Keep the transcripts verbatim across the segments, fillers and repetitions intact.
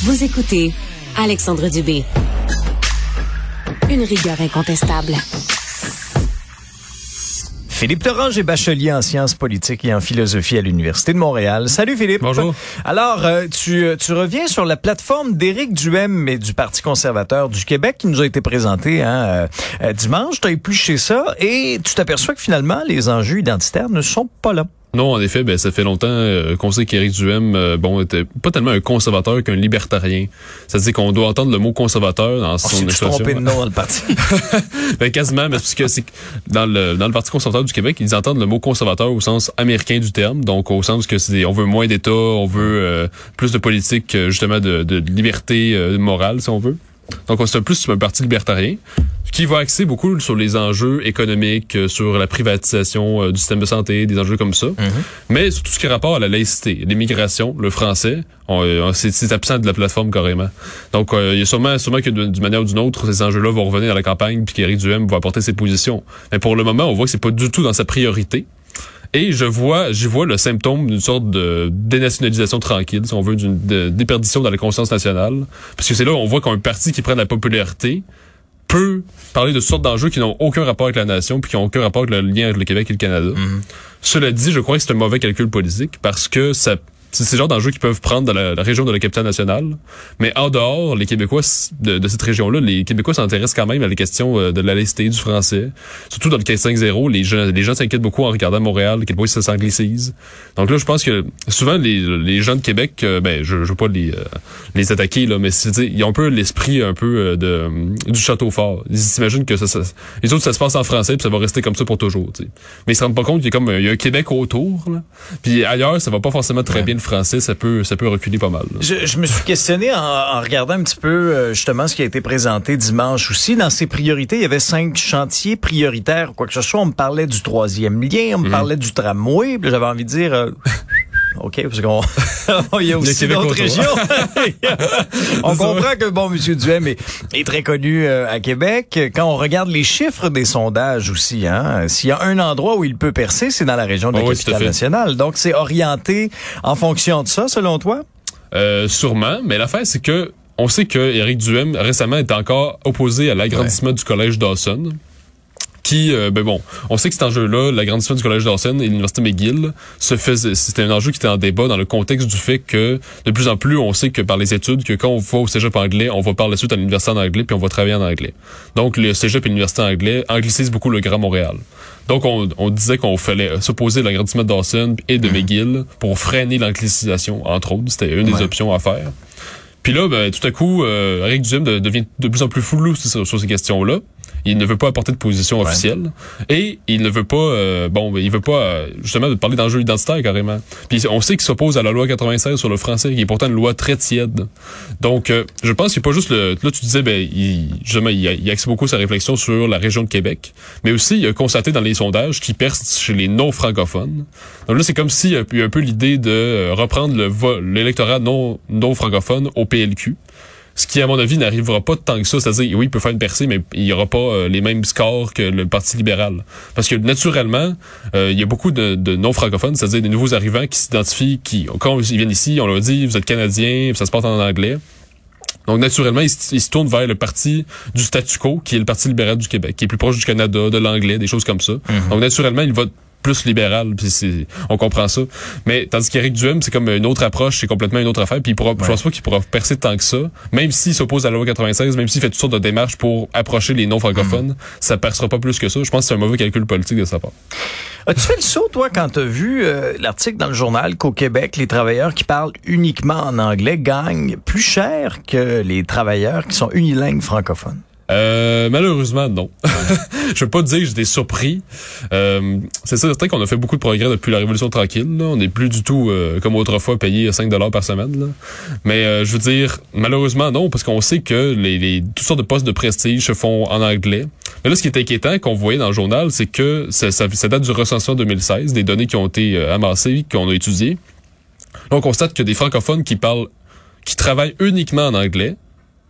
Vous écoutez Alexandre Dubé. Une rigueur incontestable. Philippe Lorange est bachelier en sciences politiques et en philosophie à l'Université de Montréal. Salut Philippe. Bonjour. Alors, euh, tu, tu reviens sur la plateforme d'Éric Duhaime et du Parti conservateur du Québec qui nous a été présentée hein, euh, dimanche. Tu as épluché ça et tu t'aperçois que finalement, les enjeux identitaires ne sont pas là. Non, en effet, ben ça fait longtemps euh, qu'on sait qu'Éric Duhaime, euh, bon, était pas tellement un conservateur qu'un libertarien. C'est-à-dire qu'on doit entendre le mot conservateur dans son expression. expression. trompé de nom dans le parti. Ben quasiment, mais parce que c'est dans le dans le Parti conservateur du Québec, ils entendent le mot conservateur au sens américain du terme, donc au sens que c'est on veut moins d'État, on veut euh, plus de politique justement de, de liberté euh, morale, si on veut. Donc c'est plus un parti libertarien qui va axer beaucoup sur les enjeux économiques, sur la privatisation euh, du système de santé, des enjeux comme ça. Mm-hmm. Mais sur tout ce qui est rapport à la laïcité, l'immigration, le français, on, on, c'est, c'est absent de la plateforme carrément. Donc euh, il y a sûrement, sûrement que d'une manière ou d'une autre, ces enjeux-là vont revenir à la campagne puis qu'Éric Duhaime va apporter ses positions. Mais pour le moment, on voit que c'est pas du tout dans sa priorité. Et je vois, j'y vois le symptôme d'une sorte de dénationalisation tranquille, si on veut, d'une de, déperdition dans la conscience nationale. Parce que c'est là où on voit qu'un parti qui prend de la popularité peut parler de toutes sortes d'enjeux qui n'ont aucun rapport avec la nation puis qui n'ont aucun rapport avec le lien avec le Québec et le Canada. Mm-hmm. Cela dit, je crois que c'est un mauvais calcul politique parce que ça c'est ce genre d'enjeux qu'ils peuvent prendre dans la, la région de la capitale nationale. Mais en dehors, les Québécois de, de cette région-là, les Québécois s'intéressent quand même à la question euh, de la laïcité, du français. Surtout dans le quinze cinq zéro, les gens, les gens s'inquiètent beaucoup en regardant Montréal, quel point ça s'anglicise. Donc là, je pense que souvent, les, les gens de Québec, euh, ben, je, je veux pas les, euh, les attaquer, là, mais c'est, ils ont un peu l'esprit un peu euh, de euh, du château fort. Ils s'imaginent que ça, ça, les autres, ça se passe en français puis ça va rester comme ça pour toujours, t'sais. Mais ils se rendent pas compte qu'il y a comme, il y a un Québec autour, là. Puis ailleurs, ça va pas forcément très ouais. bien français, ça peut ça peut reculer pas mal. Je, je me suis questionné en, en regardant un petit peu euh, justement ce qui a été présenté dimanche aussi. Dans ses priorités, il y avait cinq chantiers prioritaires, quoi que ce soit. On me parlait du troisième lien, on me mmh. parlait du tramway. Puis j'avais envie de dire... Euh, OK, parce qu'on il y a aussi d'autres régions. On comprend que, bon, M. Duhaime est, est très connu euh, à Québec. Quand on regarde les chiffres des sondages aussi, hein, s'il y a un endroit où il peut percer, c'est dans la région de la oh, capitale oui, nationale. Donc, c'est orienté en fonction de ça, selon toi? Euh, sûrement, mais l'affaire, c'est que on sait que Éric Duhaime, récemment, est encore opposé à l'agrandissement ouais. du collège Dawson. Qui, euh, ben bon, on sait que cet enjeu-là, l'agrandissement du collège Dawson et l'université McGill, se faisait, c'était un enjeu qui était en débat dans le contexte du fait que de plus en plus, on sait que par les études, que quand on va au cégep anglais, on va par la suite à l'université en anglais puis on va travailler en anglais. Donc le cégep et l'université en anglais anglicisent beaucoup le Grand Montréal. Donc on, on disait qu'on fallait s'opposer à l'agrandissement de Dawson et de mmh. McGill pour freiner l'anglicisation, entre autres. C'était une ouais. des options à faire. Puis là, ben, tout à coup, euh, Éric Duhaime de, devient de plus en plus flou sur, sur ces questions-là. Il ne veut pas apporter de position ouais. officielle et il ne veut pas, euh, bon, il veut pas euh, justement parler d'enjeux identitaires carrément. Puis on sait qu'il s'oppose à la loi quatre-vingt-seize sur le français, qui est pourtant une loi très tiède. Donc, euh, je pense qu'il n'y a pas juste le. Là, tu disais, ben, il, justement, il, il axe beaucoup sa réflexion sur la région de Québec, mais aussi il a constaté dans les sondages qu'il perce chez les non-francophones. Donc là, c'est comme s'il y a eu un peu l'idée de euh, reprendre le vo- l'électorat non non francophone au P L Q. Ce qui, à mon avis, n'arrivera pas tant que ça. C'est-à-dire, oui, il peut faire une percée, mais il n'y aura pas euh, les mêmes scores que le Parti libéral. Parce que, naturellement, euh, il y a beaucoup de, de non-francophones, c'est-à-dire des nouveaux arrivants qui s'identifient, qui, quand ils viennent ici, on leur dit, vous êtes Canadiens, ça se passe en anglais. Donc, naturellement, ils, ils se tournent vers le parti du statu quo, qui est le Parti libéral du Québec, qui est plus proche du Canada, de l'anglais, des choses comme ça. Mm-hmm. Donc, naturellement, ils votent plus libéral, puis c'est, on comprend ça. Mais tandis qu'Éric Duhaime, c'est comme une autre approche, c'est complètement une autre affaire, puis il pourra, ouais. je pense pas qu'il pourra percer tant que ça, même s'il s'oppose à la loi quatre-vingt-seize, même s'il fait toutes sortes de démarches pour approcher les non-francophones, mmh. ça percera pas plus que ça. Je pense que c'est un mauvais calcul politique de sa part. As-tu fait le saut, toi, quand t'as vu euh, l'article dans le journal qu'au Québec, les travailleurs qui parlent uniquement en anglais gagnent plus cher que les travailleurs qui sont unilingues francophones? Euh, malheureusement, non. Je veux pas te dire que j'étais surpris. Euh, c'est certain qu'on a fait beaucoup de progrès depuis la Révolution tranquille. Là. On n'est plus du tout, euh, comme autrefois, payé cinq dollars par semaine. Là. Mais euh, je veux dire, malheureusement, non, parce qu'on sait que les, les toutes sortes de postes de prestige se font en anglais. Mais là, ce qui est inquiétant, qu'on voyait dans le journal, c'est que ça, ça, ça date du recensement deux mille seize, des données qui ont été euh, amassées, qu'on a étudiées. Là, on constate que des francophones qui parlent, qui travaillent uniquement en anglais,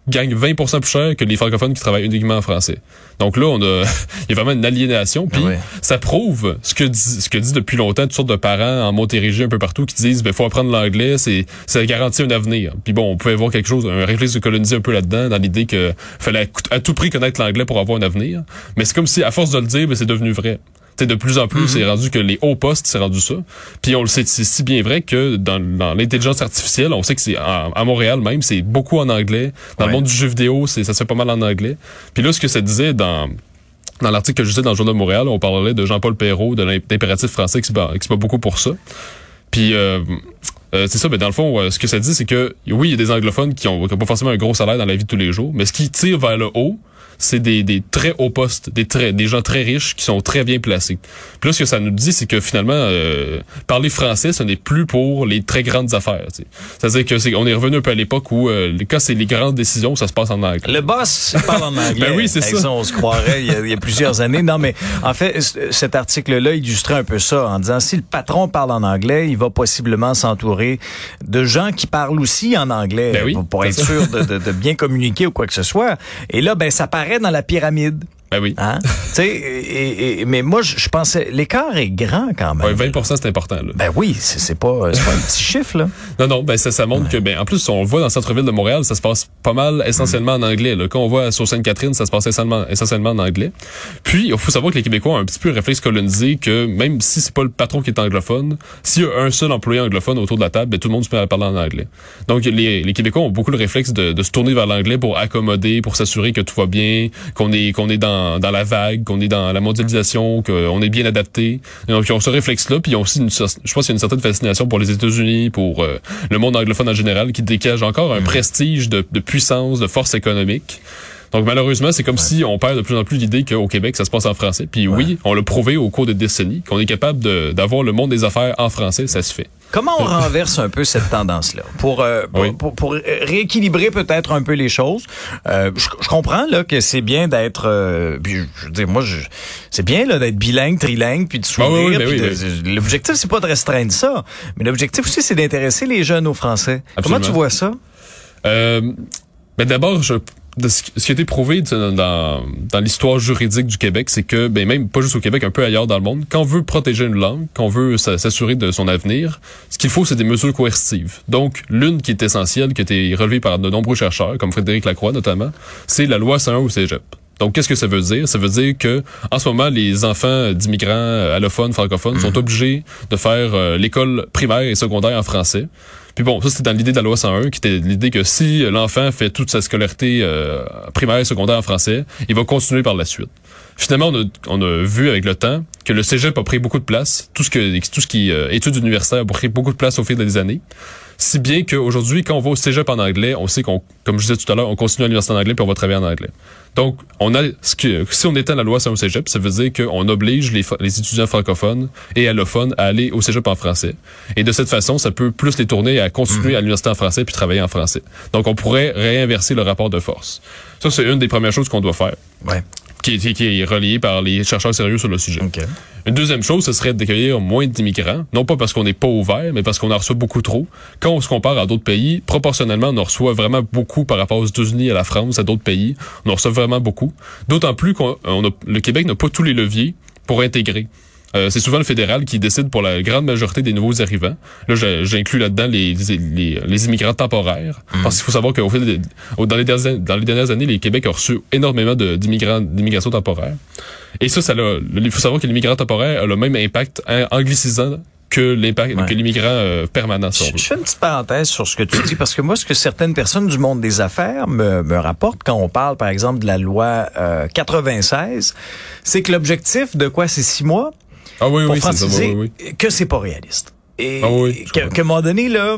gagnent vingt pour cent plus cher que les francophones qui travaillent uniquement en français. Donc là, on a, il y a vraiment une aliénation. Puis oui. ça prouve ce que dit, ce que dit depuis longtemps toutes sortes de parents en Montérégie un peu partout qui disent, ben faut apprendre l'anglais, c'est, ça garantit un avenir. Puis bon, on pouvait voir quelque chose, un réflexe de coloniser un peu là-dedans, dans l'idée que fallait à tout prix connaître l'anglais pour avoir un avenir. Mais c'est comme si, à force de le dire, ben c'est devenu vrai. T'sais, de plus en plus, mm-hmm. c'est rendu que les hauts postes, c'est rendu ça. Puis on le sait, c'est si bien vrai que dans, dans l'intelligence artificielle, on sait que c'est en, à Montréal même, c'est beaucoup en anglais. Dans ouais. le monde du jeu vidéo, c'est, ça se fait pas mal en anglais. Puis là, ce que ça disait dans dans l'article que je disais dans le Journal de Montréal, on parlait de Jean-Paul Perrault, de l'impératif français qui se bat, qui se bat beaucoup pour ça. Puis euh, euh, c'est ça, mais dans le fond, euh, ce que ça dit, c'est que oui, il y a des anglophones qui ont, qui ont pas forcément un gros salaire dans la vie de tous les jours, mais ce qui tire vers le haut, c'est des, des très hauts postes, des très, des gens très riches qui sont très bien placés. Puis là, ce que ça nous dit, c'est que finalement, euh, parler français, ce n'est plus pour les très grandes affaires. T'sais. C'est-à-dire que c'est, on est revenu un peu à l'époque où, euh, quand c'est les grandes décisions, ça se passe en anglais. Le boss parle en anglais. Ben oui, c'est ça. ça. On se croirait il y, a, il y a plusieurs années. Non, mais en fait, cet article-là illustrait un peu ça en disant si le patron parle en anglais, il va possiblement s'entourer de gens qui parlent aussi en anglais ben oui, pour, pour être ça. sûr de, de, de bien communiquer ou quoi que ce soit. Et là, ben ça paraît dans la pyramide. Ben oui. Hein? Tu sais, et, et, mais moi, je, je pensais, l'écart est grand quand même. Ouais, vingt pour cent, c'est important, là. Ben oui, c'est, c'est pas, c'est pas un petit chiffre, là. Non, non, ben, ça, ça montre ouais. que, ben, en plus, on le voit dans le centre-ville de Montréal, ça se passe pas mal, essentiellement mmh. en anglais, là. Quand on voit sur Sainte-Catherine, ça se passe essentiellement, essentiellement en anglais. Puis, il faut savoir que les Québécois ont un petit peu le réflexe colonisé que, même si c'est pas le patron qui est anglophone, s'il y a un seul employé anglophone autour de la table, ben, tout le monde se met à parler en anglais. Donc, les, les Québécois ont beaucoup le réflexe de, de se tourner vers l'anglais pour accommoder, pour s'assurer que tout va bien, qu'on est, qu'on est dans, dans la vague, qu'on est dans la mondialisation, qu'on est bien adapté. Donc, ils ont ce réflexe-là, puis ils ont aussi, une, je pense qu'il y a une certaine fascination pour les États-Unis, pour euh, le monde anglophone en général, qui dégage encore un mmh. prestige de, de puissance, de force économique. Donc, malheureusement, c'est comme ouais. si on perd de plus en plus l'idée qu'au Québec, ça se passe en français. Puis ouais. oui, on l'a prouvé au cours des décennies, qu'on est capable de, d'avoir le monde des affaires en français, ça se fait. Comment on renverse un peu cette tendance-là pour, euh, pour, oui. pour, pour rééquilibrer peut-être un peu les choses? Euh, je, je comprends là que c'est bien d'être, euh, puis je veux dire, moi, je, c'est bien là d'être bilingue, trilingue, puis de sourire. Ah oui, oui, puis oui, de, oui. L'objectif, c'est pas de restreindre ça, mais l'objectif aussi, c'est d'intéresser les jeunes au français. Absolument. Comment tu vois ça? Euh, ben d'abord, je de ce qui a été prouvé dans, dans l'histoire juridique du Québec, c'est que, ben même pas juste au Québec, un peu ailleurs dans le monde, quand on veut protéger une langue, quand on veut s'assurer de son avenir, ce qu'il faut, c'est des mesures coercitives. Donc, l'une qui est essentielle, qui a été relevée par de nombreux chercheurs, comme Frédéric Lacroix notamment, c'est la loi cent un au cégep. Donc, qu'est-ce que ça veut dire? Ça veut dire que, en ce moment, les enfants d'immigrants allophones, francophones, mmh. sont obligés de faire euh, l'école primaire et secondaire en français. Puis bon, ça, c'était dans l'idée de la loi cent un, qui était l'idée que si l'enfant fait toute sa scolarité euh, primaire et secondaire en français, il va continuer par la suite. Finalement, on a, on a vu avec le temps que le cégep a pris beaucoup de place. Tout ce que, tout ce qui euh, études universitaires a pris beaucoup de place au fil des années. Si bien qu'aujourd'hui, quand on va au cégep en anglais, on sait qu'on, comme je disais tout à l'heure, on continue à l'université en anglais puis on va travailler en anglais. Donc, on a, ce que, si on étend la loi cent un au cégep, ça veut dire qu'on oblige les, les étudiants francophones et allophones à aller au cégep en français. Et de cette façon, ça peut plus les tourner à continuer mmh. à l'université en français puis travailler en français. Donc, on pourrait réinverser le rapport de force. Ça, c'est une des premières choses qu'on doit faire. Ouais. Qui est, qui est relié par les chercheurs sérieux sur le sujet. Okay. Une deuxième chose, ce serait d'accueillir moins d'immigrants, non pas parce qu'on n'est pas ouvert, mais parce qu'on en reçoit beaucoup trop. Quand on se compare à d'autres pays, proportionnellement, on en reçoit vraiment beaucoup par rapport aux États-Unis, à la France, à d'autres pays. On en reçoit vraiment beaucoup. D'autant plus qu'on on a, le Québec n'a pas tous les leviers pour intégrer. Euh, c'est souvent le fédéral qui décide pour la grande majorité des nouveaux arrivants. Là, j'inclus là-dedans les, les, les immigrants temporaires. Mmh. Parce qu'il faut savoir qu'au fil des, dans les dernières, dans les dernières années, les Québec a reçu énormément de, d'immigrants, d'immigration temporaire. Et ça, ça l'a, il faut savoir que l'immigrant temporaire a le même impact anglicisant que l'impact, ouais. que l'immigrant euh, permanent. Si je, je fais une petite parenthèse sur ce que tu dis, parce que moi, ce que certaines personnes du monde des affaires me, me rapportent quand on parle, par exemple, de la loi euh, quatre-vingt-seize, c'est que l'objectif de quoi, c'est six mois? Ah oui, pour oui, franciser, c'est ça, oui, oui. que c'est pas réaliste. Et ah oui, qu'à un moment donné, là,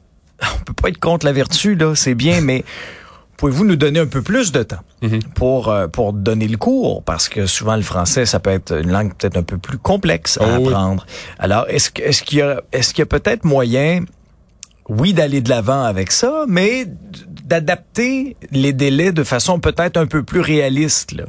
on peut pas être contre la vertu, là, c'est bien, mais pouvez-vous nous donner un peu plus de temps mm-hmm. pour euh, pour donner le cours? Parce que souvent, le français, ça peut être une langue peut-être un peu plus complexe à oh, apprendre. Oui. Alors, est-ce, est-ce qu'il y a, est-ce qu'il y a peut-être moyen, oui, d'aller de l'avant avec ça, mais d'adapter les délais de façon peut-être un peu plus réaliste, là?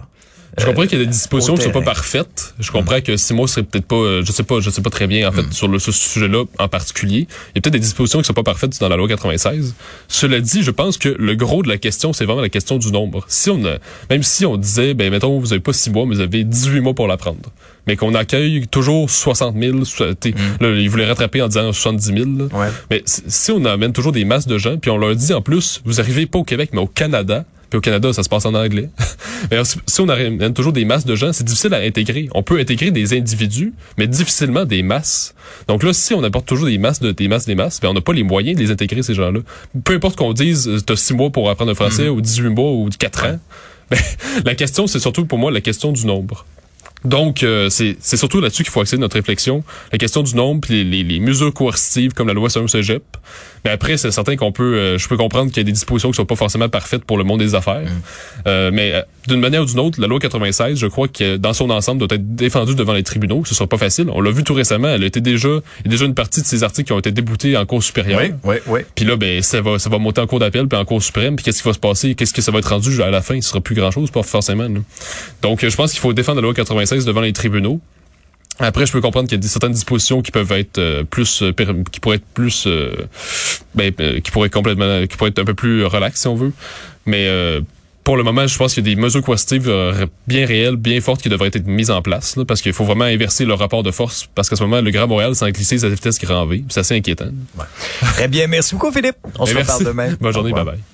Je comprends qu'il y a des dispositions qui sont pas terrain. parfaites. Je comprends mmh. que six mois serait peut-être pas, euh, je sais pas, je sais pas très bien, en fait, mmh. sur le, ce sujet-là en particulier. Il y a peut-être des dispositions qui sont pas parfaites dans la loi quatre-vingt-seize. Cela dit, je pense que le gros de la question, c'est vraiment la question du nombre. Si on a, même si on disait, ben, mettons, vous avez pas six mois, mais vous avez dix-huit mois pour l'apprendre. Mais qu'on accueille toujours soixante mille, mmh. là, ils voulaient rattraper en disant soixante-dix mille, là. Ouais. Mais si on amène toujours des masses de gens, puis on leur dit en plus, vous arrivez pas au Québec, mais au Canada, puis au Canada, ça se passe en anglais. Mais alors, si on amène toujours des masses de gens, c'est difficile à intégrer. On peut intégrer des individus, mais difficilement des masses. Donc là, si on apporte toujours des masses, de, des masses, des masses, ben on n'a pas les moyens de les intégrer, ces gens-là. Peu importe qu'on dise, t'as six mois pour apprendre le français, mmh. ou dix-huit mois, ou quatre ans. Ben, la question, c'est surtout pour moi la question du nombre. Donc, euh, c'est, c'est surtout là-dessus qu'il faut axer notre réflexion. La question du nombre, puis les, les, les mesures coercitives comme la loi sur le cégep. Mais après, c'est certain qu'on peut, euh, je peux comprendre qu'il y a des dispositions qui sont pas forcément parfaites pour le monde des affaires. Mmh. Euh, mais euh, d'une manière ou d'une autre, la loi quatre-vingt-seize, je crois que dans son ensemble doit être défendue devant les tribunaux. Ce sera pas facile. On l'a vu tout récemment. Elle a été déjà, il y a déjà une partie de ces articles qui ont été déboutés en cour supérieure. Oui, oui, oui. Puis là, ben, ça va, ça va monter en cour d'appel puis en cour suprême. Puis qu'est-ce qui va se passer? Qu'est-ce que ça va être rendu à la fin? Ce sera plus grand-chose, pas forcément. Là. Donc, je pense qu'il faut défendre la loi quatre-vingt-seize devant les tribunaux. Après, je peux comprendre qu'il y a des, certaines dispositions qui peuvent être euh, plus, euh, qui pourraient être plus, euh, ben, euh, qui pourraient complètement, qui pourraient être un peu plus relax si on veut. Mais euh, pour le moment, je pense qu'il y a des mesures coercitives euh, bien réelles, bien fortes qui devraient être mises en place, là, parce qu'il faut vraiment inverser le rapport de force. Parce qu'à ce moment, le Grand Montréal s'en glisser à la vitesse grand V. C'est assez inquiétant. Ouais. Très bien, merci beaucoup, Philippe. On se merci. reparle demain. Bonne journée, bye bye.